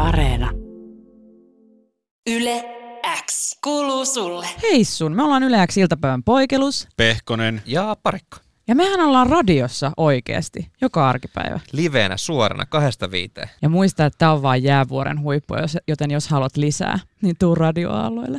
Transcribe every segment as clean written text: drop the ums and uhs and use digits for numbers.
Areena. Yle X kuuluu sulle. Hei sun, me ollaan Yle X iltapäivän poikelus. Pehkonen ja Parikko. Ja mehän ollaan radiossa oikeasti, joka arkipäivä. Liveenä suorana 2-5. Ja muista, että tää on vaan jäävuoren huippu, joten jos haluat lisää, niin tuu radioaalloille.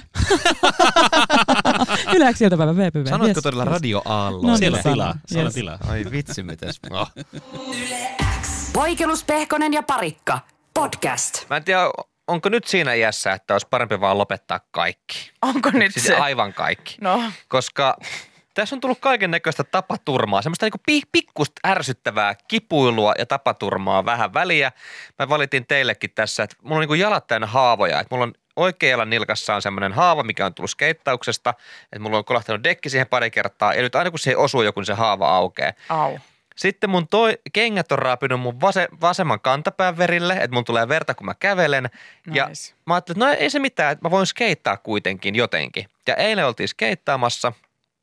Yle X iltapäivän VPV. Sanoitko todella radioaalloille? No, siellä niin, tilaa. Siellä yes. tilaa. Ai vitsi, mites. Oh. Yle X. Poikelus, Pehkonen ja Parikka. Podcast. Mä en tiedä, onko nyt siinä iässä, että olisi parempi vaan lopettaa kaikki. Onko nyt Siis se? aivan kaikki. No. Koska tässä on tullut kaiken näköistä tapaturmaa, semmoista niinku pikkusta ärsyttävää kipuilua ja tapaturmaa vähän väliä. Mä valitin teillekin tässä, että mulla on niinku jalat täynnä haavoja, että mulla on oikean jalan nilkassa on semmoinen haava, mikä on tullut skeittauksesta, että mulla on kolahtanut dekki siihen pari kertaa ja nyt aina kun se osuu joku, niin se haava aukeaa. Au. Sitten mun kengät on raapinut mun vasemman kantapään verille, että mun tulee verta, kun mä kävelen. Ja Nice. mä ajattelin, että no ei se mitään, että mä voin skeittaa kuitenkin jotenkin. Ja eilen oltiin skeittaamassa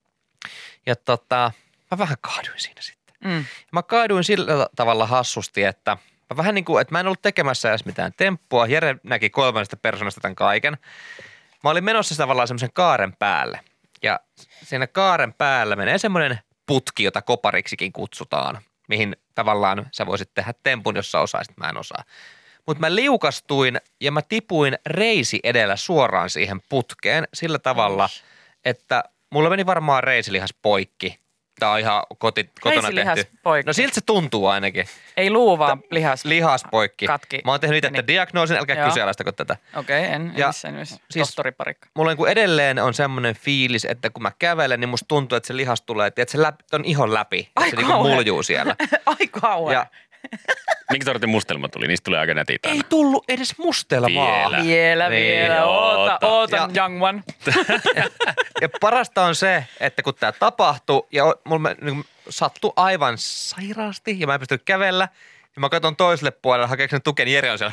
ja mä vähän kaaduin siinä sitten. Mä kaaduin sillä tavalla hassusti, että mä vähän niin kuin, että mä en ollut tekemässä edes mitään temppua. Jere näki kolmannesta persoonasta tämän kaiken. Mä olin menossa tavallaan semmoisen kaaren päälle. Ja siinä kaaren päällä menee semmoinen putki, jota kopariksikin kutsutaan, mihin tavallaan sä voisit tehdä tempun, jos sä osaisit, mä en osaa. Mutta mä liukastuin ja mä tipuin reisi edellä suoraan siihen putkeen sillä tavalla, että mulla meni varmaan reisilihas poikki. Tää on ihan kotona Reisilihas tehty. poikki. No siltä se tuntuu ainakin. Ei luu, vaan lihas. Lihas poikki. Katki. Mä oon tehnyt itse Meni. diagnoosin, älkää Joo. kyseenalaistako tätä. Okei, en Ja missään nimessä. siis- Tohtori Parikka. Mulla niin edelleen on semmoinen fiilis, että kun mä kävelen, niin musta tuntuu, että se lihas tulee, että se on ihon läpi. Että Ai se niinku kauhea. muljuu siellä. Ai kauan. Ja Minkä sortin mustelma tuli? Niistä tuli aika netit aina. ei tullut edes mustelmaa. Vielä. Vielä, Niin, vielä. Oota, Ja- young one. Ja parasta on se, että kun tää tapahtui ja mulla niin sattui aivan sairaasti ja mä en pystynyt kävellä. Ja mä katson toiselle puolelle, hakeeko sen tuken, Jere on siellä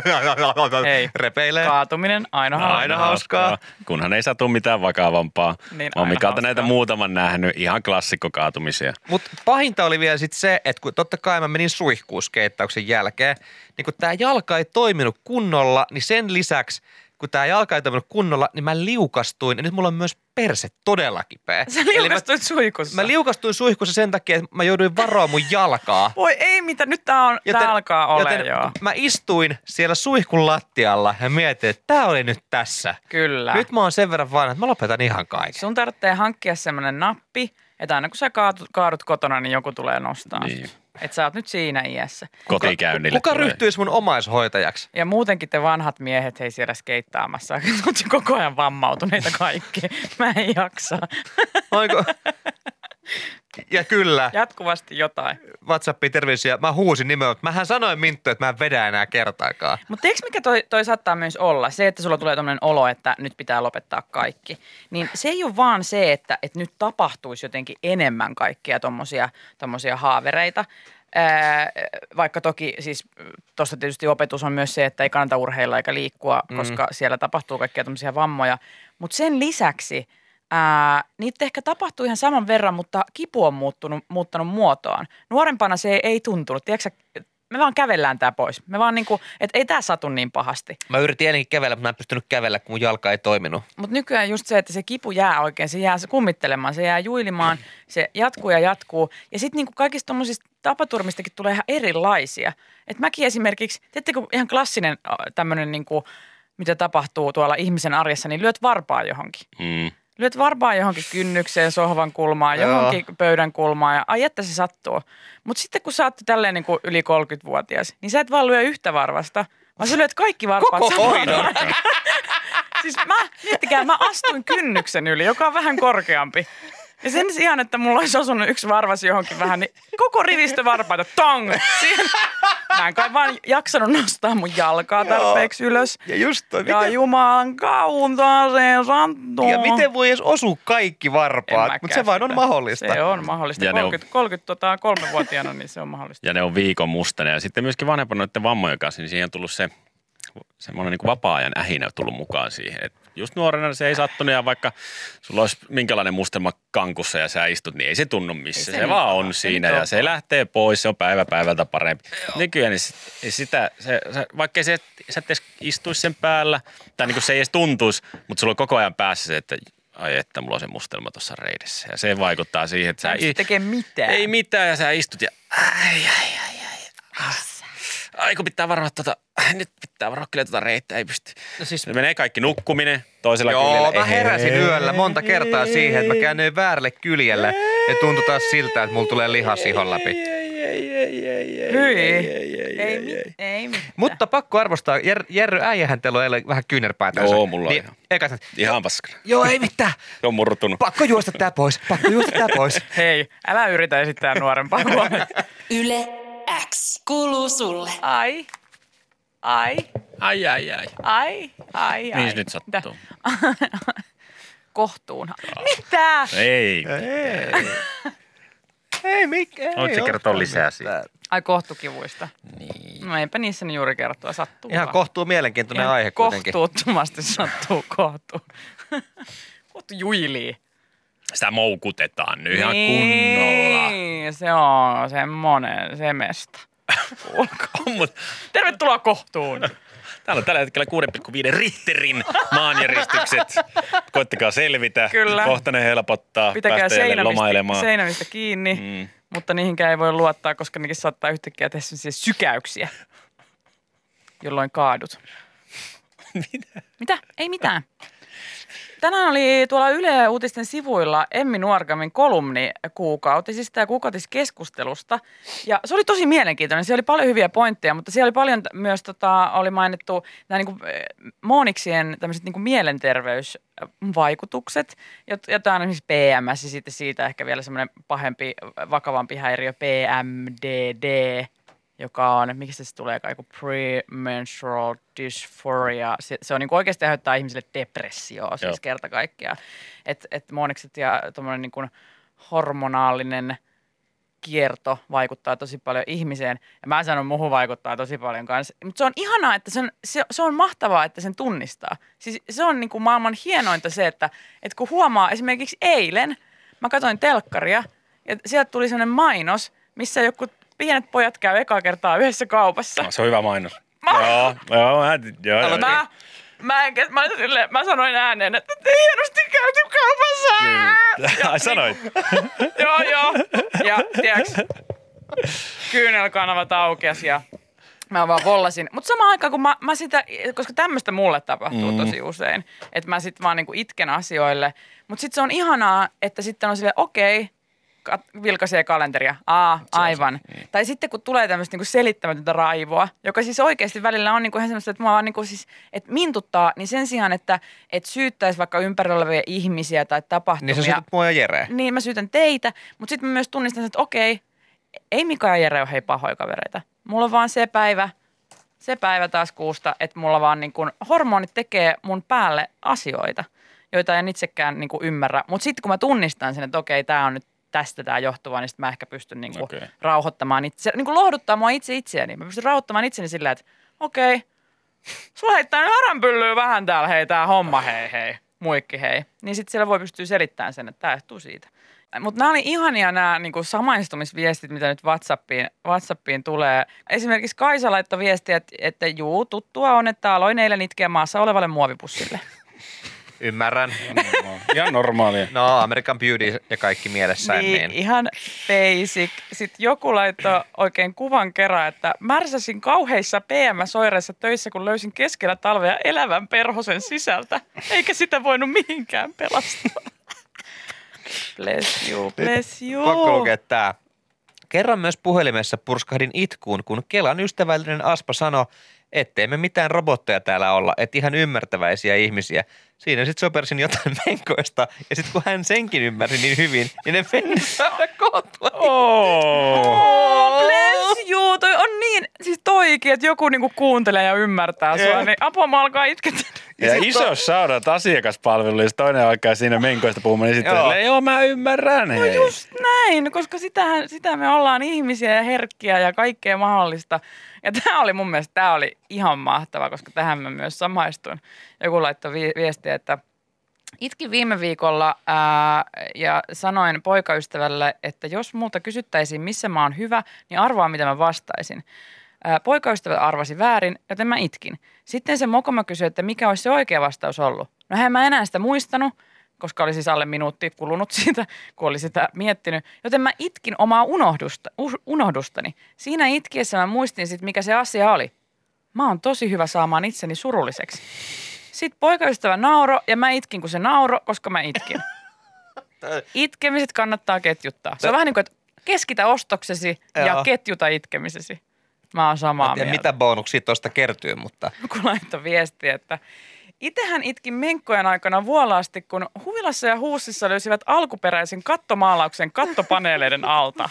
Hei. repeilee. Kaatuminen, aina hauskaa. Aina hauskaa. Kunhan ei satu mitään vakavampaa. Niin, Mä oon aina Mikalta hauskaa. näitä muutaman nähnyt. Ihan klassikko-kaatumisia. Mutta pahinta oli vielä sitten se, että kun totta kai mä menin suihkuun skeittauksen jälkeen, niin kun tää jalka ei toiminut kunnolla, niin sen lisäksi, kun tää jalka ei toiminut kunnolla, niin mä liukastuin ja nyt mulla on myös perse todella kipeä. Sä liukastuit suihkussa. Mä liukastuin suihkussa sen takia, että mä jouduin varoa mun jalkaa. Voi ei mitä, nyt tää alkaa olla joo. mä istuin siellä suihkun lattialla ja mietin, että tää oli nyt tässä. Kyllä. Nyt mä oon sen verran vanha, että mä lopetan ihan kaiken. Sun tarvitsee hankkia semmoinen nappi, että aina kun sä kaadut kotona, niin joku tulee nostaa Niin. sut. Että sä oot nyt siinä iässä. Kotikäynnille Kuka tulee. ryhtyisi mun omaishoitajaksi? Ja muutenkin te vanhat miehet, hei siellä skeittaamassa. Olette koko ajan vammautuneita kaikki. Mä en jaksa. Oiko? Ja kyllä. Jatkuvasti jotain. WhatsAppiin terveisiä. Mä huusin nimeä, mutta mähän sanoin Minttu, että mä en vedä enää kertaakaan. Mutta tiedätkö mikä toi saattaa myös olla? Se, että sulla tulee tommoinen olo, että nyt pitää lopettaa kaikki. Niin se ei ole vaan se, että nyt tapahtuisi jotenkin enemmän kaikkia tommosia haavereita. Vaikka toki siis tuossa tietysti opetus on myös se, että ei kannata urheilla eikä liikkua, koska siellä tapahtuu kaikkia tommosia vammoja. Mutta sen lisäksi niitä ehkä tapahtuu ihan saman verran, mutta kipu on muuttanut muotoaan. Nuorempana se ei tuntunut. Tiedätkö, me vaan kävellään tää pois. Me vaan niinku, että ei tää satu niin pahasti. Mä yritin ennenkin kävellä, mutta mä en pystynyt kävellä, kun mun jalka ei toiminut. Mutta nykyään just se, että se kipu jää oikein, se jää kummittelemaan, se jää juilimaan, se jatkuu ja jatkuu. Ja sitten niinku kaikista tommosista tapaturmistakin tulee ihan erilaisia. Et mäkin esimerkiksi, tiedättekö ihan klassinen tämmöinen niinku, mitä tapahtuu tuolla ihmisen arjessa, niin lyöt varpaa johonkin. Lyöt varpaa johonkin kynnykseen, sohvan kulmaan, johonkin pöydän kulmaan ja ai että se sattuu. Mutta sitten kun sä oot tälleen niin kuin yli 30-vuotias, niin sä et vaan lyö yhtä varvasta, vaan sä lyöt kaikki varpaat Koko hoidon. Siis miettikää, mä astuin kynnyksen yli, joka on vähän korkeampi. Ja sen sijaan, että mulla olisi osunut yksi varvas johonkin vähän, niin koko rivistö varpaita, tong! Mä en kai vaan jaksanut nostaa mun jalkaa tarpeeksi ylös. Ja just toi, Ja Jumalan kauntaaseen sattuu. ja miten voi edes osua kaikki En varpaat, mäkään mutta se vaan on sitä. mahdollista. Se on mahdollista. Ja ne on- 33-vuotiaana, niin se on mahdollista. Ja ne on viikon mustana. Ja sitten myöskin vanhempana noiden vammojen kanssa, niin siihen on tullut semmoinen niin kuin vapaa-ajan ähinä tullut mukaan siihen. Et just nuorena se ei sattunut ja vaikka sulla olisi minkälainen mustelma kankussa ja sä istut, niin ei se tunnu missä. Se vaan on siinä ja se lähtee pois, se on päivä päivältä parempi. Nykyään niin vaikka sä et edes istuisi sen päällä, tai niin kuin se ei edes tuntuisi, mutta sulla on koko ajan päässä se, että ai että mulla on se mustelma tuossa reidessä. Ja se vaikuttaa siihen, että sä tekee mitään. Ei mitään ja sä istut ja ai kun pitää varoa nyt pitää varoa kyllä reittä, ei pysty. No siis, se menee kaikki nukkuminen toisella kyljellä. Joo, mä heräsin yöllä monta kertaa siihen, että mä käännyin väärälle kyljelle ja tuntui taas siltä, että mulla tulee lihas ihon läpi. Ei mitään. Mutta pakko arvostaa, Jerry äijähän teillä on vähän kyynärpäätä. Joo, mulla on niin, ihan paskana. Joo, ei mitään. Se on murtunut. Pakko juosta tää pois. Hei, älä yritä esittää nuorempaa huomenta. Yle X kuuluu sulle. Ai. Mihin nyt sattuu? Kohtuun. Mitä? Ei. Oletko se kertoa lisää siitä? Ai kohtukivuista. Niin. No eipä niissä juuri kertoa, sattuu. Ihan kohtuu mielenkiintoinen aihe kuitenkin. Kohtuuttomasti sattuu kohtu. Kohtu juilii. Sitä moukutetaan nyt ihan kunnolla. Niin, se on semmonen, se mesta. Tervetuloa kohtuun. Täällä on tällä hetkellä 6,5 Richterin maanjäristykset. Koittakaa selvitä. Kyllä. Kohta ne helpottaa. Pitäkää lomailemaan. seinämistä kiinni, mutta niihinkään ei voi luottaa, koska nekin saattaa yhtäkkiä tehdä sykäyksiä, jolloin kaadut. Mitä? Ei mitään. Tänään oli tuolla Yle Uutisten sivuilla Emmi Nuorgamin kolumni kuukautisista ja kuukautiskeskustelusta. Ja se oli tosi mielenkiintoinen. Siellä oli paljon hyviä pointteja, mutta siellä oli paljon myös, oli mainittu nämä niin Mooniksien tämmöiset niin mielenterveysvaikutukset. Jotain esimerkiksi PMS ja sitten siitä ehkä vielä semmoinen pahempi, vakavampi häiriö PMDD, joka on, miksi se tulee, joku premenstrual dysphoria. Se on niin kuin oikeasti aiheuttaa ihmisille depressioa, siis kerta kaikkiaan. Että moonikset ja tommoinen niin kuin hormonaalinen kierto vaikuttaa tosi paljon ihmiseen. Ja mä sanon, muuhun vaikuttaa tosi paljon kanssa. Mutta se on ihanaa, että se on mahtavaa, että sen tunnistaa. Siis se on niin kuin maailman hienointa se, että kun huomaa esimerkiksi eilen, mä katsoin telkkaria ja sieltä tuli sellainen mainos, missä joku pienet pojat käy ekaa kertaa yhdessä kaupassa. No, se on hyvä mainos. Mä sanoin ääneen, että hienosti käyty kaupassa. Ai sanoit? Joo. Ja tiiäks, kyynelkanavat aukesi ja mä vaan vollasin. Mutta samaan aikaan, kun mä sitä, koska tämmöistä mulle tapahtuu tosi usein, että mä sit vaan niinku itken asioille. Mutta sit se on ihanaa, että sitten on silleen, okei, vilkaisee kalenteria. Aivan. Tai sitten kun tulee tämmöistä niinku selittämätöntä raivoa, joka siis oikeasti välillä on niinku ihan semmoista, että mua vaan niinku siis, että mintuttaa, niin sen sijaan, että syyttäisi vaikka ympärillä olevia ihmisiä tai tapahtumia. Niin sä syytät mua ja Jere. Niin mä syytän teitä, mutta sitten mä myös tunnistan, että okei, ei Mika ja Jere ole hei pahoja kavereita. Mulla on vaan se päivä taas kuusta, että mulla vaan niinku hormonit tekee mun päälle asioita, joita en itsekään niinku ymmärrä. Mutta sitten kun mä tunnistan sen, että okei, tää on nyt tästä tämä johtuva, niin sitten mä ehkä pystyn niinku rauhoittamaan itse, niinku lohduttaa mua itseäni. Mä pystyn rauhoittamaan itseni sillä, että okei, sulla heittää nyt haranpyllyä vähän täällä, hei tää homma, hei, muikki hei. Niin sitten siellä voi pystyä selittämään sen, että tää johtuu siitä. Mutta nämä oli ihania nämä niinku samaistumisviestit, mitä nyt WhatsAppiin tulee. Esimerkiksi Kaisa laittoi viestiä, että juu, tuttua on, että aloin eilen itkeä maassa olevalle muovipussille. Ymmärrän. Ihan normaalia. No, American Beauty ja kaikki mielessään. Niin, ihan basic. Sitten joku laittoi oikein kuvan kerran, että märsäsin kauheissa PMS-oireissa töissä, kun löysin keskellä talvea elävän perhosen sisältä. Eikä sitä voinut mihinkään pelastaa. Bless you. Pakko lukea tää. Kerran myös puhelimessa purskahdin itkuun, kun Kelan ystävällinen Aspa sanoi, ettei me mitään robotteja täällä olla, et ihan ymmärtäväisiä ihmisiä. Siinä sitten sopersin jotain menkoista, ja sitten kun hän senkin ymmärsi niin hyvin, niin ne meni saada koottua. Bless you, toi on niin, siis toikin, että joku niinku kuuntelee ja ymmärtää sua, niin apua mä alkaa itketä. Ja iso shoutout asiakaspalvelulle, jos toinen alkaa siinä menkoista puhumaan, niin sitten joo mä ymmärrän. No just näin, koska sitä me ollaan ihmisiä ja herkkiä ja kaikkea mahdollista. Ja tämä oli mun mielestä, ihan mahtava, koska tähän mä myös samaistuin. Joku laittoi viestiä, viestiä, että itkin viime viikolla ja sanoin poikaystävälle, että jos multa kysyttäisiin, missä mä oon hyvä, niin arvaa, mitä mä vastaisin. Poikaystävä arvasi väärin, joten mä itkin. Sitten se mokoma kysyi, että mikä olisi se oikea vastaus ollut. No hän mä enää sitä muistanut, koska oli siis alle minuutti kulunut siitä, kun oli sitä miettinyt. Joten mä itkin omaa unohdustani. Siinä itkiessä mä muistin sitten, mikä se asia oli. Mä oon tosi hyvä saamaan itseni surulliseksi. Sitten poikaystävä nauro ja mä itkin, kun se nauro, koska mä itkin. Itkemiset kannattaa ketjuttaa. Se on vähän niin kuin, että keskitä ostoksesi ja ketjuta itkemisesi. Mä oon samaa mieltä. Mitä bonuksia tuosta kertyy, mutta... Kun laittoi viestiä, että itsehän itkin menkkojen aikana vuolaasti, kun huvilassa ja huussissa löysivät alkuperäisen kattomaalauksen kattopaneeleiden alta.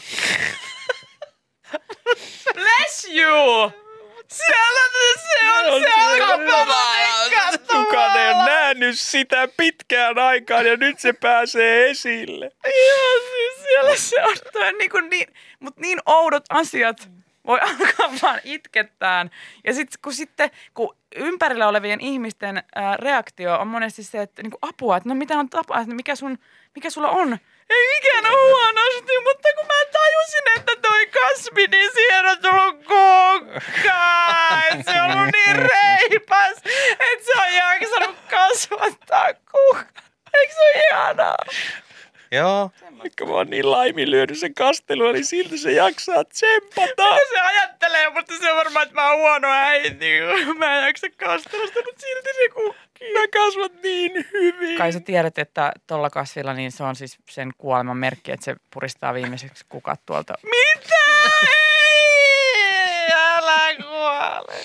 Bless you! Siellä se on se alkuperäinen kattomaalaus! Kukaan ei ole nähnyt sitä pitkään aikaan ja nyt se pääsee esille. Joo, siis siellä se on mutta niin oudot asiat voi alkaa vaan itkettään. Ja sitten kun ympärillä olevien ihmisten reaktio on monesti se, että niinku apua, että no mitä on tapahtunut, mikä sulla on? Ei mikään ole huonosti, mutta kun mä tajusin, että toi kasvi, niin siihen on tullut kukkaa. Että se on ollut niin reipas, että se on jaksanut kasvattaa kukkaa. Eikö se ole ihanaa? Joo. Vaikka mä oon niin laiminlyönyt sen kastelua, niin silti se jaksaa tsempata. Mitä se ajattelee, mutta se on varmaan, että mä oon huono äiti. Mä en jaksa kastelusta, mutta silti se kukkii. Mä kasvat niin hyvin. Kai sä tiedät, että tuolla kasvilla niin se on siis sen kuoleman merkki, että se puristaa viimeiseksi kukat tuolta. Mitä? Ei, älä kuole.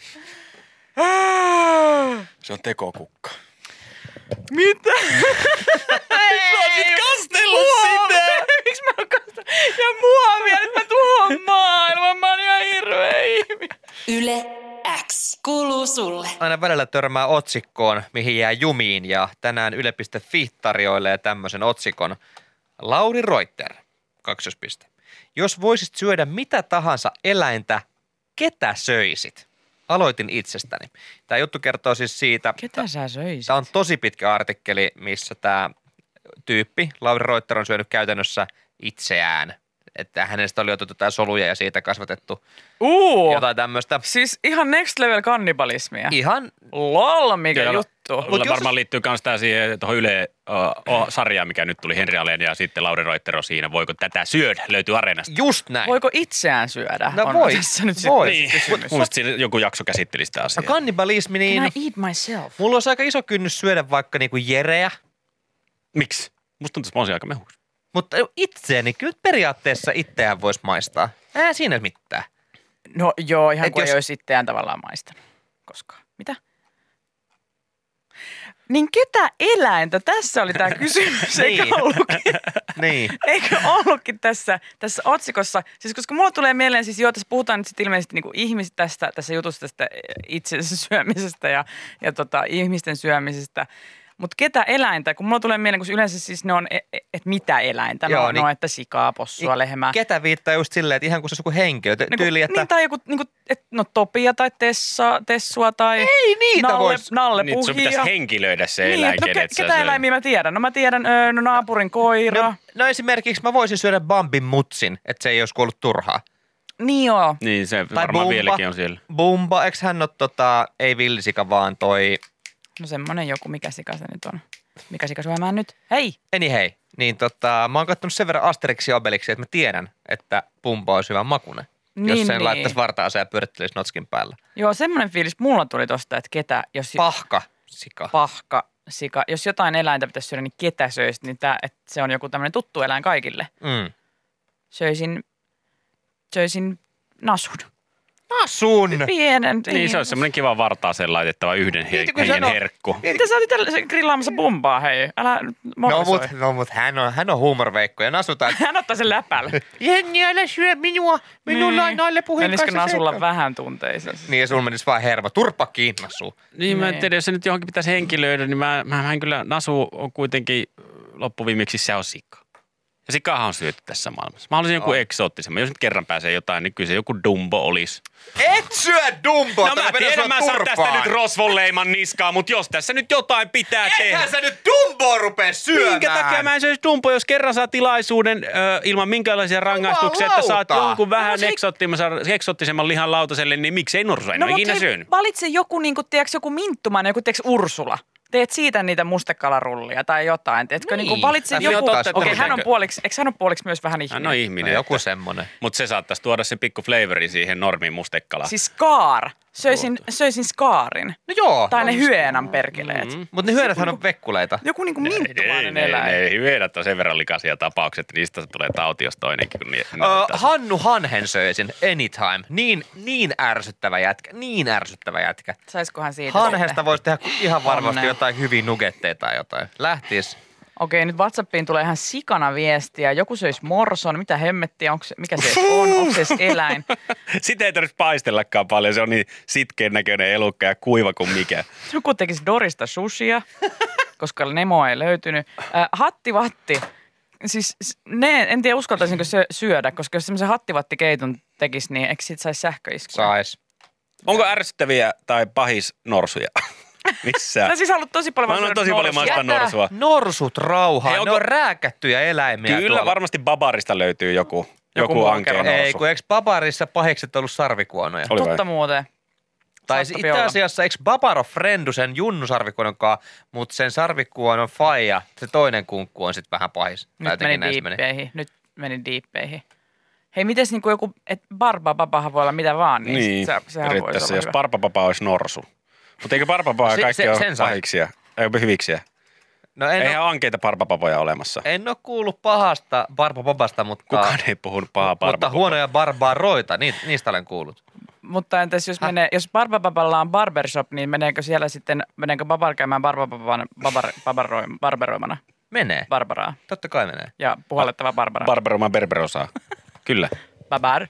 Se on tekokukka. Mitä? Sä oot nyt kastellut sitä! Miksi mä oon kastellut? Ja muovia, nyt mä tuhoan maailman. Mä oon ihan hirveä ihminen. Yle X kuuluu sulle. Aina välillä törmää otsikkoon, mihin jää jumiin, ja tänään Yle.fi tarjoilee tämmöisen otsikon. Lauri Reuter, 2. Jos voisit syödä mitä tahansa eläintä, ketä söisit? Aloitin itsestäni. Tämä juttu kertoo siis siitä... Ketä sä söisit? Tämä on tosi pitkä artikkeli, missä tämä tyyppi, Lauri Reuter, on syönyt käytännössä itseään. Että hänestä oli otettu jotain soluja ja siitä kasvatettu jotain tämmöistä. Siis ihan next level kannibalismia. Ihan... Lol, mikä juttu. Mutta varmaan liittyy myös tämä siihen tuohon Yle-sarjaan, mikä nyt tuli Henri Alén ja sitten Lauri Reuter on siinä. Voiko tätä syödä? Löytyy Areenasta. Just näin. Voiko itseään syödä? No on voi. Tässä nyt Voi. niin. Mun mielestä joku jakso käsitteli sitä asiaa. Kannibalismi, niin... Can I eat myself? Mulla olisi aika iso kynnys syödä vaikka niinku jereä. Miksi? Musta tuntuu, että mä olisin aika mehuis. Mutta itseäni kyllä periaatteessa itseään voisi maistaa. Siinä mitään. No joo, ihan kuin jos... ei olisi itseään tavallaan maistanut koskaan. Mitä? Niin ketä eläintä? Tässä oli tämä kysymys, eikö ollutkin? Niin. Eikö ollutkin tässä otsikossa? Siis koska mulla tulee mieleen, siis tässä puhutaan nyt sitten ilmeisesti niinku ihmisistä tässä jutussa tästä itsensä syömisestä ja ihmisten syömisestä. Mutta ketä eläintä? Kun mulla tulee mieleen, kun yleensä siis ne on, että mitä eläintä? Joo, no, että sikaa, possua, lehmää. Ketä viittaa just silleen, että ihan kuin se olisi joku henkilö. Tyyli, että... Niin, tai joku, Topia tai Tessua tai Ei niitä Nalle Niin, sun Puhia. pitäisi henkilöidä se eläin, kenet sä ketä syöt. eläimiä mä tiedän? No mä tiedän naapurin koira. No esimerkiksi mä voisin syödä Bambin mutsin, että se ei olisi kuollut turhaa. Niin joo. Niin, se Tai varmaan Bumba. vieläkin on siellä. Bumba, eikö hän ole ei villisika, vaan toi... No semmonen joku, mikä sika se nyt on. Mikä sika syömään nyt? Hei! Hei. Niin mä oon kattonut sen verran Asterixia ja Obelixia, että mä tiedän, että Bumba olisi hyvä makunen. Niin, jos sen niin. laittaisi vartaansa ja pyörittelisi notskin päällä. Joo, semmoinen fiilis mulla tuli tosta, että ketä, jos... Pahka sika. Pahka sika. Jos jotain eläintä pitäisi syödä, niin ketä söisit, niin että se on joku tämmöinen tuttu eläin kaikille. Söisin nasun. Nasun! Pienen. Niin, se olisi semmoinen kiva vartaaseen laitettava yhden hengen herkku. Mitä sä olit tällä grillaamassa Bumbaa, hei? Älä morsoi. No mut hän on huumorveikko ja nasutaan. Hän ottaa sen läpällä. Jenni, älä syö minua. Minulla on Nalle Puhin Menisikö kanssa Nasulla seikka. vähän tunteisiin? Niin ja sulla menisi vaan hermo. Turpa kiinni, Nasu. Niin, mä en tiedä, jos se nyt johonkin pitäisi henkilöidä, niin mä en kyllä, Nasu on kuitenkin loppuviimeksi se on sika. Ja sikahan on syöty tässä maailmassa. Mä haluaisin joku eksoottisemman. Jos nyt kerran pääsee jotain, niin kyllä se joku Dumbo olisi. Et syö Dumboa! No mä tiedän, mä saan tästä nyt rosvonleiman niskaa, mutta jos tässä nyt jotain pitää tehdä. Ethän sä nyt Dumboa rupee syömään! Minkä takia mä en söisi Dumboa, jos kerran saa tilaisuuden ilman minkälaisia rangaistuksia, että saat jonkun vähän eksoottisemman lihan lautaselle, niin miksei norsu? En ole ikinä syönyt. Valitse joku, niin kuin, tiedätkö, joku minttumainen, joku tiedätkö, Ursula. Teet siitä niitä mustekalarullia tai jotain. Teetkö, niin valitse joku. Okei, hän on puoliksi, eikö hän ole puoliksi myös vähän ihminen? Hän on ihminen. No, joku semmonen. Mutta se saattaisi tuoda sen pikku flavori siihen normiin mustekalaan. Siis Scar. Söisin Scarin. No joo. Tai ne hyeenan perkeleet. Mutta ne hyönäthän on vekkuleita. Joku niinku minttumainen eläin. Ne hyönät on sen verran likaisia tapauksia, että niistä tulee tauti, jos toinenkin. Hannu Hanhen söisin anytime. Niin ärsyttävä jätkä. Saiskohan siitä Hanhesta voisi tehdä ihan varmasti jotain hyviä nugetteja tai jotain. Lähtis. Okei, nyt WhatsAppiin tulee ihan sikana viestiä. Joku söisi morson. Mitä hemmettiä? Mikä se on? Onko se eläin? Sitä ei tarvitse paistellakaan paljon. Se on niin sitkeen näköinen elukka ja kuiva kuin mikä. Joku tekisi Dorista sushia, koska Nemo ei löytynyt. Hattivatti. Siis en tiedä uskaltaisinko syödä, koska jos semmoisen hattivattikeiton tekisi, niin eikö siitä saisi sähköiskua? Sais. Onko ärsyttäviä tai pahis norsuja? Missä? Sä siis haluat tosi paljon Mä haluan tosi paljon maistaa norsua. Norsut rauhaan. Hei, Ne on rääkättyjä eläimiä. Kyllä tuolla. varmasti Babarista löytyy joku ankea norsu. Ei, kun eikö Babarissa pahikset ollut sarvikuonoja? Oli vai? Totta muuten. Tai Saattopi itse olla. asiassa eikö Babaro Frendu sen Junnu sarvikuononkaan, mutta sen sarvikuonon faija, se toinen kunkku on sitten vähän pahis. Nyt meni diippeihin. Hei, mites niinku joku, että Barbababahan voi olla mitä vaan, niin sehän voisi olla jos hyvä. Barbababa olisi norsu. Mutta eikö Barbababa kaikki ole pahiksia? Eikö hyviksiä? No Eihän ole ankeita barbababoja olemassa. En ole kuullut pahasta Barbababasta, mutta... Kukaan ei puhunut pahaa barbababaa. Mutta huonoja barbaroita, niistä olen kuullut. Mutta entäs jos Barbababalla on barbershop, niin meneekö Babar käymään Barbababan barberoimana? Menee. Barbaraa. Totta kai menee. Ja puhallettava Barbara. Barbaroma berberosaa. Kyllä. Babar.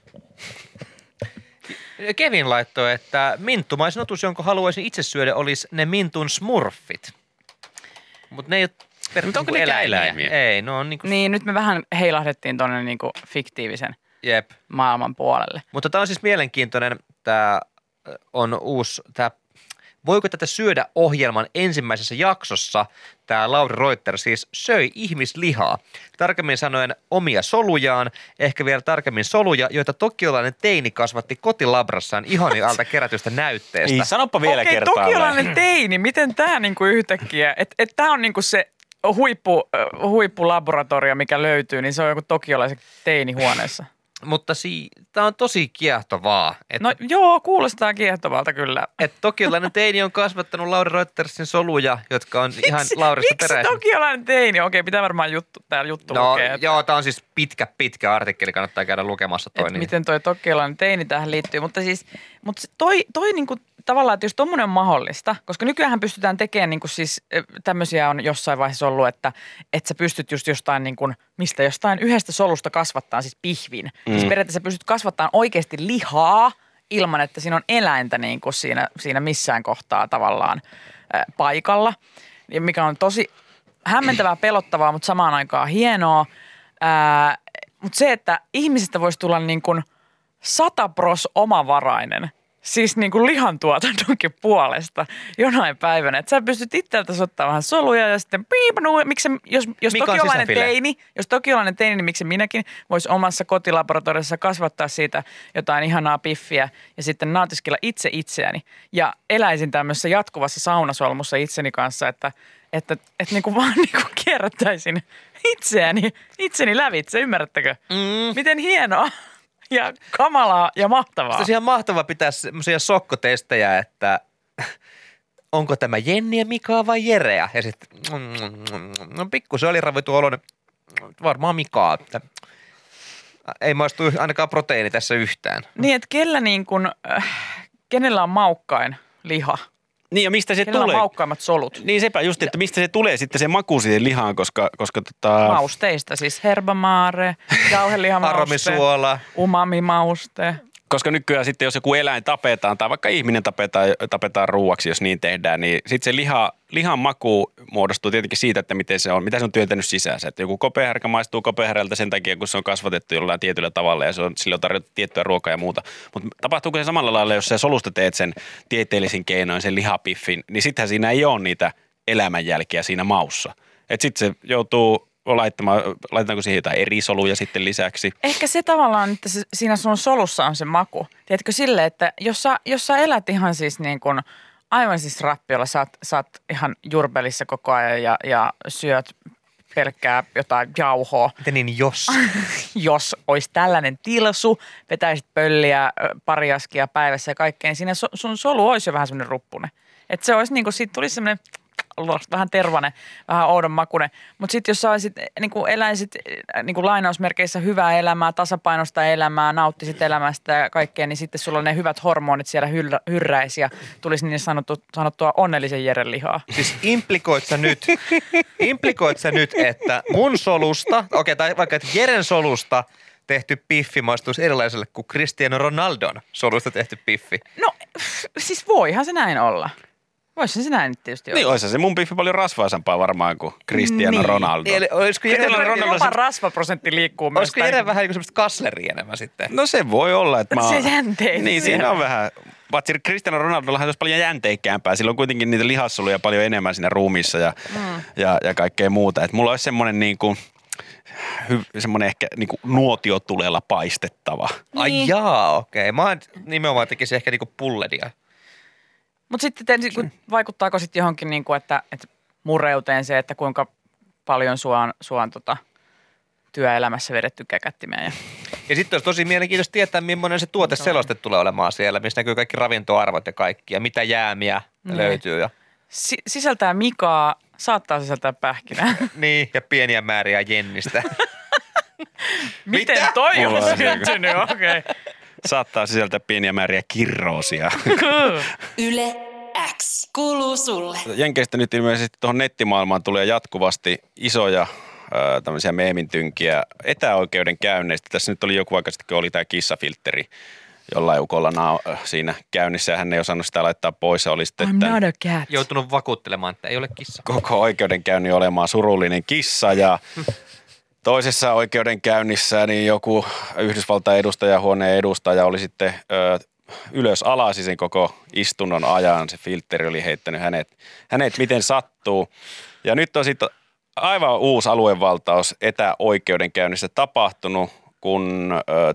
Kevin laittoi, että minttumaisin otus, jonka haluaisin itse syödä, olisi ne mintun smurfit. Mutta ne ei ole Mutta onko ne eläimiä? Ei, no on niinku... Niin, nyt me vähän heilahdettiin tuonne niinku fiktiivisen Jep. maailman puolelle. Mutta tämä on siis mielenkiintoinen, tämä on uusi, voiko tätä syödä ohjelman ensimmäisessä jaksossa tämä Lauri Reuter siis söi ihmislihaa. Tarkemmin sanoen omia solujaan, ehkä vielä tarkemmin soluja, joita tokiolainen teini kasvatti kotilabrassaan ihoni alta kerätystä näytteestä. Niin, sanoppa vielä kertaalleen. Tokiolainen teini, miten tämä niinku yhtäkkiä, että tämä on niinku se huippulaboratorio, mikä löytyy, niin se on joku tokiolaisen teini huoneessa. Mutta tämä on tosi kiehtovaa. No joo, kuulostaa kiehtovalta kyllä. Että tokiolainen teini on kasvattanut Lauri Reutersin soluja, jotka on ihan Laurista peräisin. Miksi tokiolainen teini? Okei, pitää varmaan täällä juttu lukea. Että... Joo, tämä on siis pitkä artikkeli, kannattaa käydä lukemassa toi. Niin. Miten toi tokiolainen teini tähän liittyy, mutta toi niinku tavallaan, että jos tommoinen on mahdollista, koska nykyään pystytään tekemään niinku siis tämmöisiä on jossain vaiheessa ollut, että sä pystyt just jostain niinku, jostain yhdestä solusta kasvattaa siis pihvin. Siis periaatteessa pystyt kasvattamaan oikeasti lihaa ilman, että siinä on eläintä niinku siinä missään kohtaa tavallaan paikalla, mikä on tosi hämmentävää, pelottavaa, mutta samaan aikaan hienoa. Mutta se, että ihmisestä voisi tulla niin kuin 100% omavarainen, siis niin kuin lihantuotannonkin puolesta jonain päivänä. Että sä pystyt itseltäsi ottaa vähän soluja ja sitten jos tokiolainen teini, niin miksi minäkin voisi omassa kotilaboratoriossa kasvattaa siitä jotain ihanaa piffiä ja sitten nautiskella itseäni. Ja eläisin tämmöisessä jatkuvassa saunasolmussa itseni kanssa, että niin kuin vaan niin kuin kierrättäisin itseni lävitse, ymmärrättekö? Miten hienoa ja kamalaa ja mahtavaa. Sitten on ihan mahtavaa pitää semmoisia sokkotestejä, että onko tämä Jenniä, Mikaa vai Jereä? Ja sitten no pikkusen oli ravitu olo, varmaan Mikaa. Ei maistu ainakaan proteiini tässä yhtään. Niin, että kenellä on maukkain liha? Niin ja mistä se Kenellä tulee? on maukkaimmat solut? Niin sepä just, että mistä se tulee sitten se maku siihen lihaan, koska Mausteista, siis herbamaare, jauhelihamauste, Aromisuola. umamimauste. Koska nykyään sitten, jos joku eläin tapetaan tai vaikka ihminen tapetaan ruuaksi, jos niin tehdään, niin sitten se lihan maku muodostuu tietenkin siitä, että mitä se on työntänyt sisäänsä. Että joku kopeahärkä maistuu kopeahärältä sen takia, kun se on kasvatettu jollain tietyllä tavalla ja sille on tarjottu tiettyä ruokaa ja muuta. Mutta tapahtuuko se samalla lailla, jos sä solusta teet sen tieteellisin keinoin, sen lihapiffin, niin sittenhän siinä ei ole niitä elämänjälkiä siinä maussa. Että sitten se joutuu laitetaanko siihen jotain eri soluja sitten lisäksi? Ehkä se tavallaan, että siinä sun solussa on se maku. Tiedätkö silleen, että jos sä elät ihan siis niin kuin aivan siis rappiolla, sä oot ihan jurbelissa koko ajan ja syöt pelkkää jotain jauhoa. Miten niin jos? Jos olisi tällainen tilsu, vetäisit pölliä pari askia päivässä ja kaikkea, niin siinä sun solu olisi jo vähän semmoinen ruppunen. Että se olisi niin kuin, siitä tulisi semmoinen vähän tervainen, vähän oudon makuinen. Mutta sitten jos sä eläisit lainausmerkeissä hyvää elämää, tasapainosta elämää, nauttisit elämästä ja kaikkea, niin sitten sulla on ne hyvät hormonit siellä hyrräisi ja tulisi niin sanottua onnellisen Jeren lihaa. Siis implikoit sä nyt, että mun solusta, tai vaikka että Jeren solusta tehty piffi maistuisi erilaiselle kuin Cristiano Ronaldon solusta tehty piffi? No, siis voihan se näin olla. Voisi se näin tietysti olla. Niin, olisi se mun piffi paljon rasvaisampaa varmaan kuin Cristiano Ronaldo. Eli olisiko Jopa rasvaprosentti liikkuu myös. Olisiko Jere vähän niin kuin semmoista kassleria enemmän sitten? No se voi olla, että se jänteet. Niin, siinä on vähän. Paitsi Cristiano Ronaldollahan olisi paljon jänteikkäämpää. Sillä on kuitenkin niitä lihassoluja paljon enemmän siinä ruumiissa ja kaikkea muuta. Että mulla olisi semmoinen niin kuin semmoinen ehkä niinku nuotiotulella paistettava. Niin. Ai jaa, okei. Mä nimenomaan tekisin ehkä niinku pulledia. Mutta sitten vaikuttaako sitten johonkin, niinku, että mureuteen se, että kuinka paljon sua on työelämässä vedetty käkättimeen. Ja sitten olisi tosi mielenkiintoista tietää, millainen se tuoteseloste tulee olemaan siellä, missä näkyy kaikki ravintoarvot ja kaikki ja mitä jäämiä löytyy. Ja sisältää mikaa, saattaa sisältää pähkinää. Niin, ja pieniä määriä jennistä. Miten toi on syntynyt? Okei. Saattaa sisältää pieniä määriä kirroosia. Yle X kuuluu sulle. Jenkeistä nyt ilmeisesti tuohon nettimaailmaan tulee jatkuvasti isoja tämmöisiä meemintynkiä etäoikeudenkäynneistä. Tässä nyt oli joku aika sitten, kun oli tämä kissafiltteri jollain ukolla siinä käynnissä ja hän ei osannut sitä laittaa pois. Oli sitten, I'm not a cat. Joutunut vakuuttelemaan, että ei ole kissa. Koko oikeudenkäynnin olemaan surullinen kissa ja toisessa oikeudenkäynnissä niin joku Yhdysvaltain edustajahuoneen edustaja oli sitten ylös alasi sen koko istunnon ajan. Se filtteri oli heittänyt hänet miten sattuu. Ja nyt on sitten aivan uusi aluevaltaus etäoikeudenkäynnissä tapahtunut, kun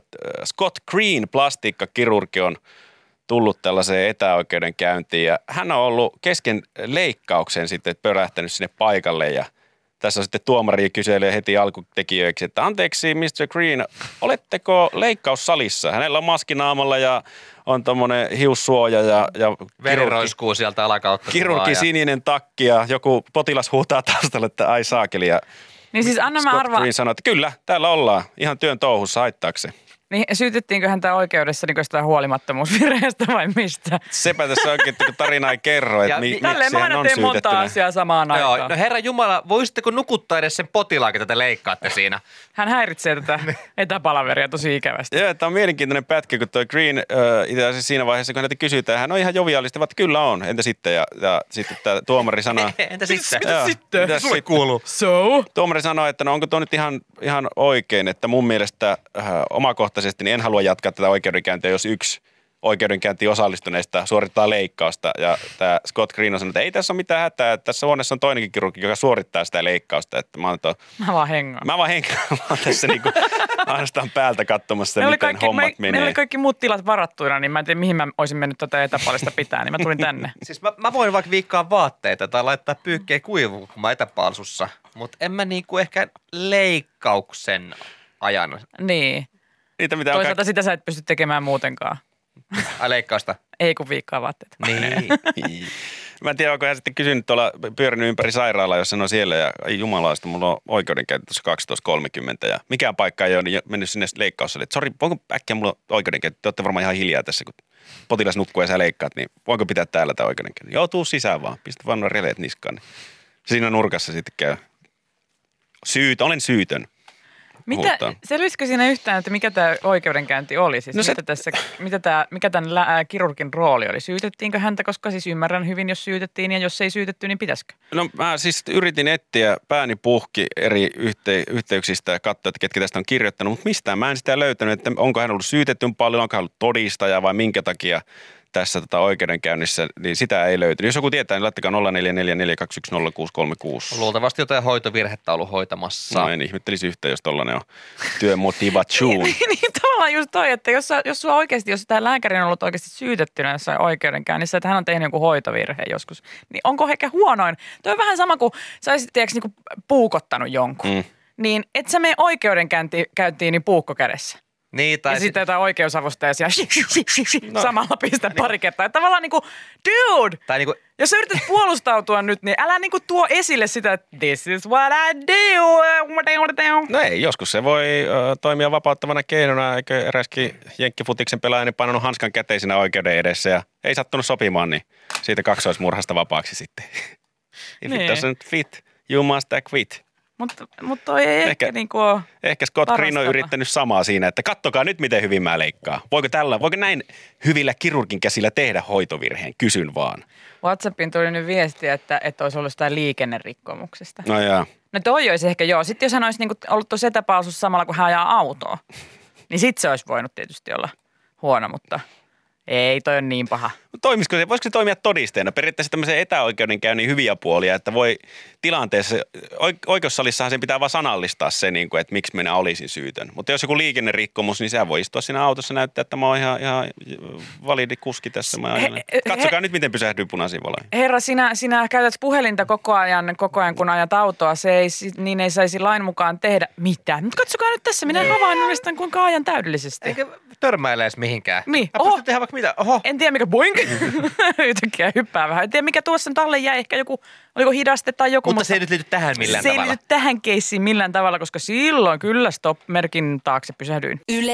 Scott Green, plastiikkakirurgi, on tullut tällaiseen etäoikeudenkäyntiin. Ja hän on ollut kesken leikkauksen sitten pörähtänyt sinne paikalle ja tässä on sitten tuomari kyselee heti alkutekijöiksi, että anteeksi Mr. Green, oletteko leikkaussalissa? Hänellä on maski naamalla ja on tommonen hiussuoja ja veri roiskuu sieltä alakautta. Kirurgi sininen takki ja joku potilas huutaa taustalla, että ai saakeli. Ja niin siis anna mä Scott Green sanoi, että kyllä, täällä ollaan ihan työn touhussa, haittaako se? Niin syytettiinkö häntä oikeudessa niin jostain huolimattomuusvirheestä vai mistä? Sepä tässä oikein, kun tarina ei kerro, että miksi hän on syytettynä. Tälleen mä aina teen monta asiaa samaan aikaan. Joo, no herra Jumala, voisitteko nukuttaa edes sen potilaan, ketä te leikkaatte siinä? Hän häiritsee tätä etäpalaveria tosi ikävästi. Joo, tämä on mielenkiintoinen pätkä, kun tuo Green itse asiassa siinä vaiheessa, kun häneltä kysytään, hän on ihan joviaalisti, että kyllä on, entä sitten? Ja sitten tämä tuomari sanoo. Entä sitten? Mitä sitten? Sulle kuuluu. So? Tuomari sanoi, että no onko tuo nyt ihan oikein, että mun mielestä omakohtaisesti niin en halua jatkaa tätä oikeudenkäyntiä, jos yksi oikeudenkäyntiin osallistuneista suorittaa leikkausta. Ja tämä Scott Green on sanonut, että ei tässä ole mitään hätää, että tässä huoneessa on toinenkin kirurgi, joka suorittaa sitä leikkausta. Että mä vaan hengaan. Mä vaan tässä niinku ainoastaan päältä katsomassa, miten hommat menee. Meillä oli kaikki muut tilat varattuina, niin mä en tiedä, mihin mä olisin mennyt tätä etäpalista pitää, niin mä tulin tänne. Siis mä voin vaikka viikkaa vaatteita tai laittaa pyykkejä kuivuun, kun mä etäpalsussa, mutta en mä niinku ehkä leikkauksen ajan. Niin. Toisaalta sitä sä et pysty tekemään muutenkaan. Leikkausta? Ei kun viikkaa vaatteet. Niin. Mä en tiedä, onko hän sitten kysynyt tuolla, pyörinyt ympäri sairaalaa, jos hän on siellä ja jumalaista, mulla on oikeudenkäynti tuossa 12.30 ja mikään paikka ei ole mennyt sinne leikkaussalle. Sori, voinko äkkiä mulla oikeudenkäynti? Te olette varmaan ihan hiljaa tässä, kun potilas nukkuu ja sä leikkaat, niin voinko pitää täällä tämä oikeudenkäynti? Joo, tuu sisään vaan, pistä vaan nuo releet niskaan. Niin siinä nurkassa sitten käy. Olen syytön. huutaa. Selvisikö siinä yhtään, että mikä tämä oikeudenkäynti oli? Siis No se- mikä tämän kirurgin rooli oli? Syytettiinkö häntä, koska siis ymmärrän hyvin, jos syytettiin ja jos ei syytetty, niin pitäisikö? No mä siis yritin etsiä, pääni puhki eri yhteyksistä ja katsoa, että ketkä tästä on kirjoittanut, mutta mistään mä en sitä löytänyt, että onko hän ollut syytetty paljon, onko hän ollut todistaja vai minkä takia tässä oikeudenkäynnissä, niin sitä ei löytynyt. Jos joku tietää, niin laittakaa 0444210636. Luultavasti jotain hoitovirhettä ollut hoitamassa. No en ihmettelisi yhtään, jos tollainen on työmotivation. niin tavallaan just toi, että jos tämä lääkäri on ollut oikeasti syytettynä jossain oikeudenkäynnissä, että hän on tehnyt jonkun hoitovirheen joskus, niin onko ehkä huonoin? Toi on vähän sama kuin sä olisit niinku puukottanut jonkun. Niin et sä mene oikeudenkäyntiin niin puukko kädessä. Niin, tai Ja sitten jotain oikeusavustaja siellä samalla pistä pari kertaa. Että tavallaan niinku, dude, tai niinku, jos sä yrität puolustautua nyt, niin älä niinku tuo esille sitä, että this is what I do. No ei, joskus se voi toimia vapauttavana keinona, eikö eräskin jenkkifutiksen pelaaja niin painanut hanskan käteen siinä oikeuden edessä ja ei sattunut sopimaan, niin siitä kaksoismurhasta vapaaksi sitten. If Niin. it doesn't fit, you must quit. Mutta toi ei ehkä niinku ole Ehkä Scott paras Green on tapa. yrittänyt samaa siinä, että kattokaa nyt miten hyvin mä leikkaan. Voiko näin hyvillä kirurgin käsillä tehdä hoitovirheen? Kysyn vaan. WhatsAppiin tuli nyt viestiä, että olisi ollut jostain liikennerikkomuksesta. No jaa. No toi olisi ehkä joo. Sitten jos hän olisi niinku ollut tuossa etäpausussa samalla, kun hän ajaa autoa, niin sitten se olisi voinut tietysti olla huono, mutta ei toi on niin paha. Voisiko se toimia todisteena? Periaatteessa tämmöisen etäoikeudenkäynnin hyviä puolia, että voi tilanteessa, oikeussalissahan sen pitää vaan sanallistaa se, niin kuin, että miksi minä olisin syytön. Mutta jos joku liikennerikkomus, niin sehän voi istua siinä autossa näyttää, että mä oon ihan validi kuski tässä. Katsokaa nyt, miten pysähdyy punaisiin valoihin. Herra, sinä käytät puhelinta koko ajan kun ajat autoa. Niin ei saisi lain mukaan tehdä mitään. Mutta katsokaa nyt tässä, minä havainnollistan kuinka ajan täydellisesti. eikä törmäile edes mihinkään. Niin. Mä pystyn tehdä vaikka mitä. Oho. En tiedä mikä boink. Yhtäkkiä hyppää vähän. En tiedä mikä tuossa nyt alle jäi. Ehkä joku, oliko hidaste tai joku. Mutta se ei nyt liity tähän millään se tavalla. ei liity tähän keissiin millään tavalla, koska silloin kyllä stop-merkin taakse pysähdyin. Yle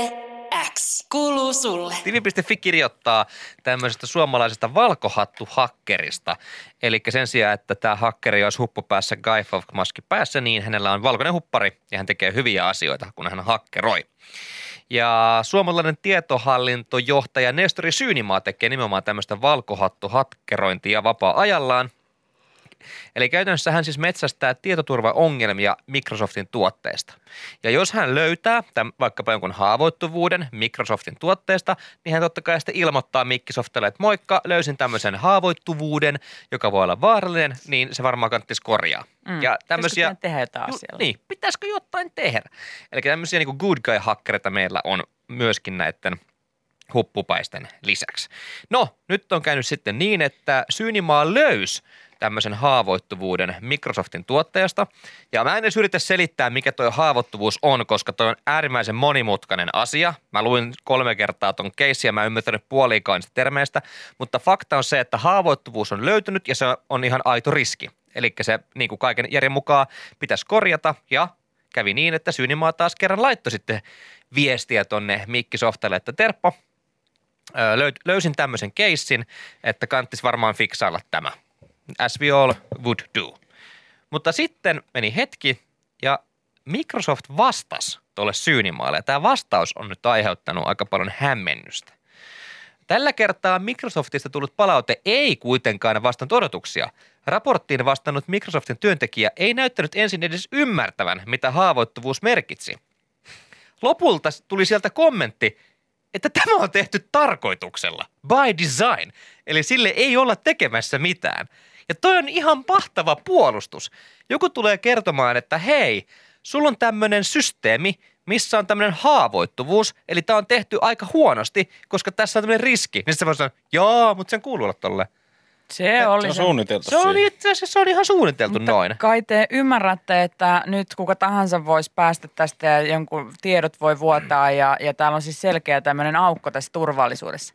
X kuuluu sulle. Tili.fi kirjoittaa tämmöisestä suomalaisesta valkohattuhakkerista. Eli sen sijaan, että tämä hakkeri olisi huppu päässä, Guy Fawkes-maski päässä, niin hänellä on valkoinen huppari ja hän tekee hyviä asioita, kun hän hakkeroi. Ja suomalainen tietohallintojohtaja Nestori Syynimaa tekee nimenomaan tämmöistä valkohattuhakkerointia vapaa-ajallaan. Eli käytännössä hän siis metsästää tietoturvaongelmia Microsoftin tuotteista. Ja jos hän löytää vaikkapa jonkun haavoittuvuuden Microsoftin tuotteesta, niin hän totta kai sitten ilmoittaa Microsoftille, että moikka, löysin tämmöisen haavoittuvuuden, joka voi olla vaarallinen, niin se varmaan kannattaisi korjaa. Ja tämmöisiä, Pitäisikö tehdä jotain asialla? niin, pitäisikö jotain tehdä? Eli tämmöisiä niin kuin good guy-hakkereita meillä on myöskin näiden huppupaisten lisäksi. No, nyt on käynyt sitten niin, että Syynimaa löysi tämmöisen haavoittuvuuden Microsoftin tuotteesta. Ja mä en edes yritä selittää, mikä toi haavoittuvuus on, koska toi on äärimmäisen monimutkainen asia. Mä luin 3 kertaa ton keissin ja mä en ymmärtänyt puoliikaan niistä termeistä, mutta fakta on se, että haavoittuvuus on löytynyt ja se on ihan aito riski. Eli se niin kuin kaiken järjen mukaan pitäisi korjata ja kävi niin, että Syynimaa taas kerran laittoi sitten viestiä tonne Microsoftille, että terppo, löysin tämmöisen keissin, että kannattaisi varmaan fiksailla tämä. As we all would do. Mutta sitten meni hetki ja Microsoft vastasi tuolle Syynimaalle. Ja tämä vastaus on nyt aiheuttanut aika paljon hämmennystä. Tällä kertaa Microsoftista tullut palaute ei kuitenkaan vastannut odotuksia. Raporttiin vastannut Microsoftin työntekijä ei näyttänyt ensin edes ymmärtävän, mitä haavoittuvuus merkitsi. Lopulta tuli sieltä kommentti, että tämä on tehty tarkoituksella, by design, eli sille ei olla tekemässä mitään. Ja toi on ihan mahtava puolustus. Joku tulee kertomaan, että hei, sulla on tämmöinen systeemi, missä on tämmöinen haavoittuvuus, eli tämä on tehty aika huonosti, koska tässä on tämmöinen riski. Niin sitten voi sanoa, joo, mutta sen kuuluu olla tolle. Se oli Se on suunniteltu Se on siihen. itse asiassa se on ihan suunniteltu noin. Kai te ymmärrätte, että nyt kuka tahansa voisi päästä tästä ja jonkun tiedot voi vuotaa ja täällä on siis selkeä tämmöinen aukko tässä turvallisuudessa.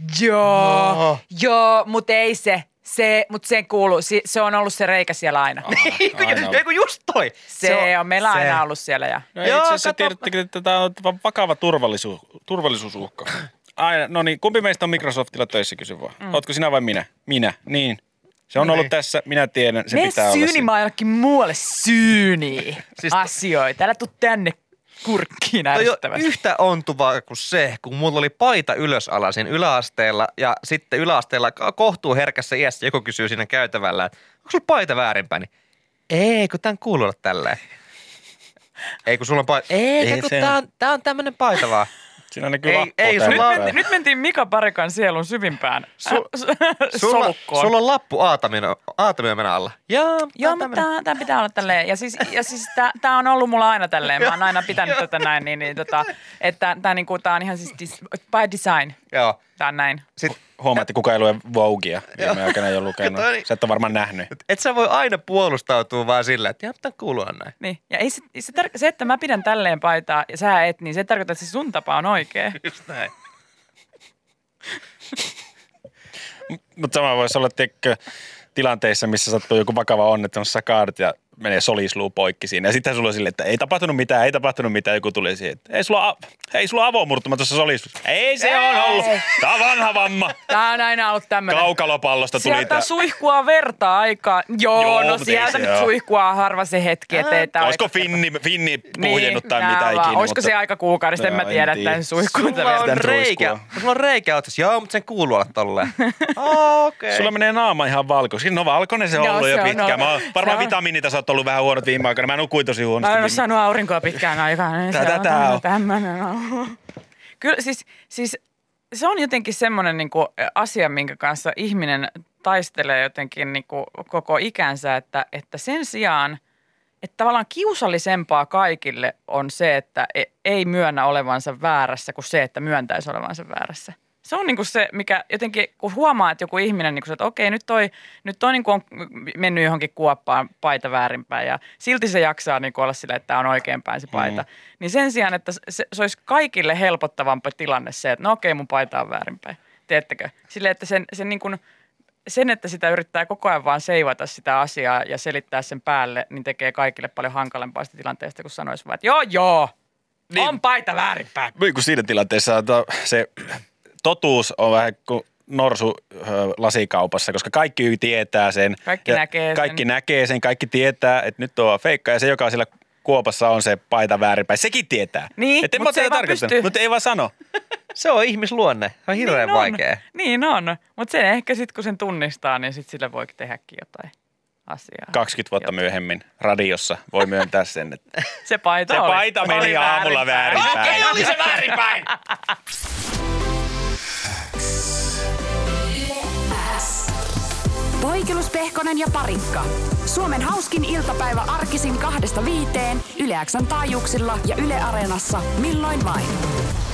Joo, mutta ei mutta se kuuluu, se on ollut se reikä siellä aina. Eikö just toi? Se on meillä aina ollut siellä ja... No Joo, itse asiassa kato. tiedättekö, että tämä on vakava turvallisuusuhka. Aina, no niin, kumpi meistä on Microsoftilla töissä, kysy vaan. Ootko sinä vai minä? Minä, niin. Se on ollut tässä, minä tiedän, se Me pitää olla siinä. syynimaan jollekin muualle syyniin Siis asioita. Älä tuu tänne kurkkiin Toi on ärsyttävästi. yhtä ontuvaa kuin se, kun mulla oli paita ylösalaisin yläasteella ja sitten yläasteella kohtuu herkässä iässä joku kysyy siinä käytävällä, että onko sulla paita väärinpäin? Niin, ei, kun tämän kuuluu olla tälleen. Ei, kun sulla on paita. Ei, kun tää on tämmönen paita vaan. Siinä näkyy Ei, lappu. sulla on- Nyt mentiin Mika Parikan sielun syvimpään solukkoon. Sulla on lappu aatamimen alla. Joo, mutta tää pitää olla tälleen. Ja siis tää on ollut mulla aina tälleen. Mä oon aina pitänyt tätä näin, että tää on ihan siis by design. Joo. Tää on näin. Sitten, Huomaa, että kukaan ei lue Vogea. Viime aikoina ei ole lukenut. Toi- Sä et ole varmaan nähnyt. et sä voi aina puolustautua vaan sillä, että pitää kuulua näin. Niin. Ja ei se, että mä pidän tälleen paitaa ja sä et, niin se tarkoittaa, että se sun tapa on oikea. Just näin. Mutta sama voisi olla, tiedätkö, tilanteissa, missä sattuu joku vakava onnettomuus, sä kaadat ja menee solisluu poikki siinä. Ja sitten sulla on silleen, että ei tapahtunut mitään. Joku tulee siihen, että ei sulla avomurtuma tuossa solisluussa. Ei se on ollut. Tää on vanha vamma. Tää on aina ollut tämmönen. Kaukalopallosta tuli Sieltä suihkua verta aikaa. Joo, Joo, no mutta ei sieltä se nyt oo. suihkua harva se hetki, ettei tää Olisiko oikeastaan- Finni puhjennut tai nää mitä vaan. ikinä. Olisiko se aika kuukaudesta, en mä Joo, tiedä, en tiedä. että suihkuun Sulla on Sitä reikä. ruiskua. Sulla on reikä otsassa. Joo, mutta sen kuuluu olla tolleen. Okei. Sulla menee naama ihan valkoiseksi. No valkoinen se on Joo, ollut jo se on pitkään. ollut. Mä oon, varmaan Se on. vitamiinitasot ollut vähän huonot viime aikoina. Mä nukuin tosi Mä en huonosti. ole saanut aurinkoa pitkään aikaan. Niin Tää on. tämmönen. Kyllä siis se on jotenkin semmoinen niinku asia, minkä kanssa ihminen taistelee jotenkin niinku koko ikänsä, että sen sijaan, että tavallaan kiusallisempaa kaikille on se, että ei myönnä olevansa väärässä kuin se, että myöntäisi olevansa väärässä. Se on niinku se, mikä jotenkin, kun huomaa, että joku ihminen, niinku, että okei, nyt toi niinku on mennyt johonkin kuoppaan paita väärinpäin ja silti se jaksaa niinku olla sillä, että tämä on oikeinpäin se paita. Niin sen sijaan, että se olisi kaikille helpottavampi tilanne se, että no okei, mun paita on väärinpäin. Tiedättekö? Silleen, että sen, että sitä yrittää koko ajan vaan seivata sitä asiaa ja selittää sen päälle, niin tekee kaikille paljon hankalempaa sitä tilanteesta, kun sanoisi vaan, että joo, Niin. on paita väärinpäin. Kun siinä tilanteessa se totuus on vähän kuin norsu lasikaupassa, koska kaikki tietää sen. Kaikki ja näkee sen. Kaikki näkee sen, kaikki tietää, että nyt on feikka ja se, joka siellä kuopassa on se paita väärinpäin, sekin tietää. Niin, Että en mut mä se ei tätä vaan tarkoittanut, pysty. mutta ei vaan sano. Se on ihmisluonne. Se on hirveän vaikea. Niin on, mutta sen ehkä sitten kun sen tunnistaa, niin sitten sillä voikin tehdäkin jotain asiaa. 20 vuotta myöhemmin radiossa voi myöntää sen, että Se paita se oli. paita meni Oli aamulla väärinpäin. Okei, oli se väärinpäin. Poikelus, Pehkonen ja Parikka. Suomen hauskin iltapäivä arkisin 2–5 Yle X:n taajuuksilla ja Yle Areenassa milloin vain.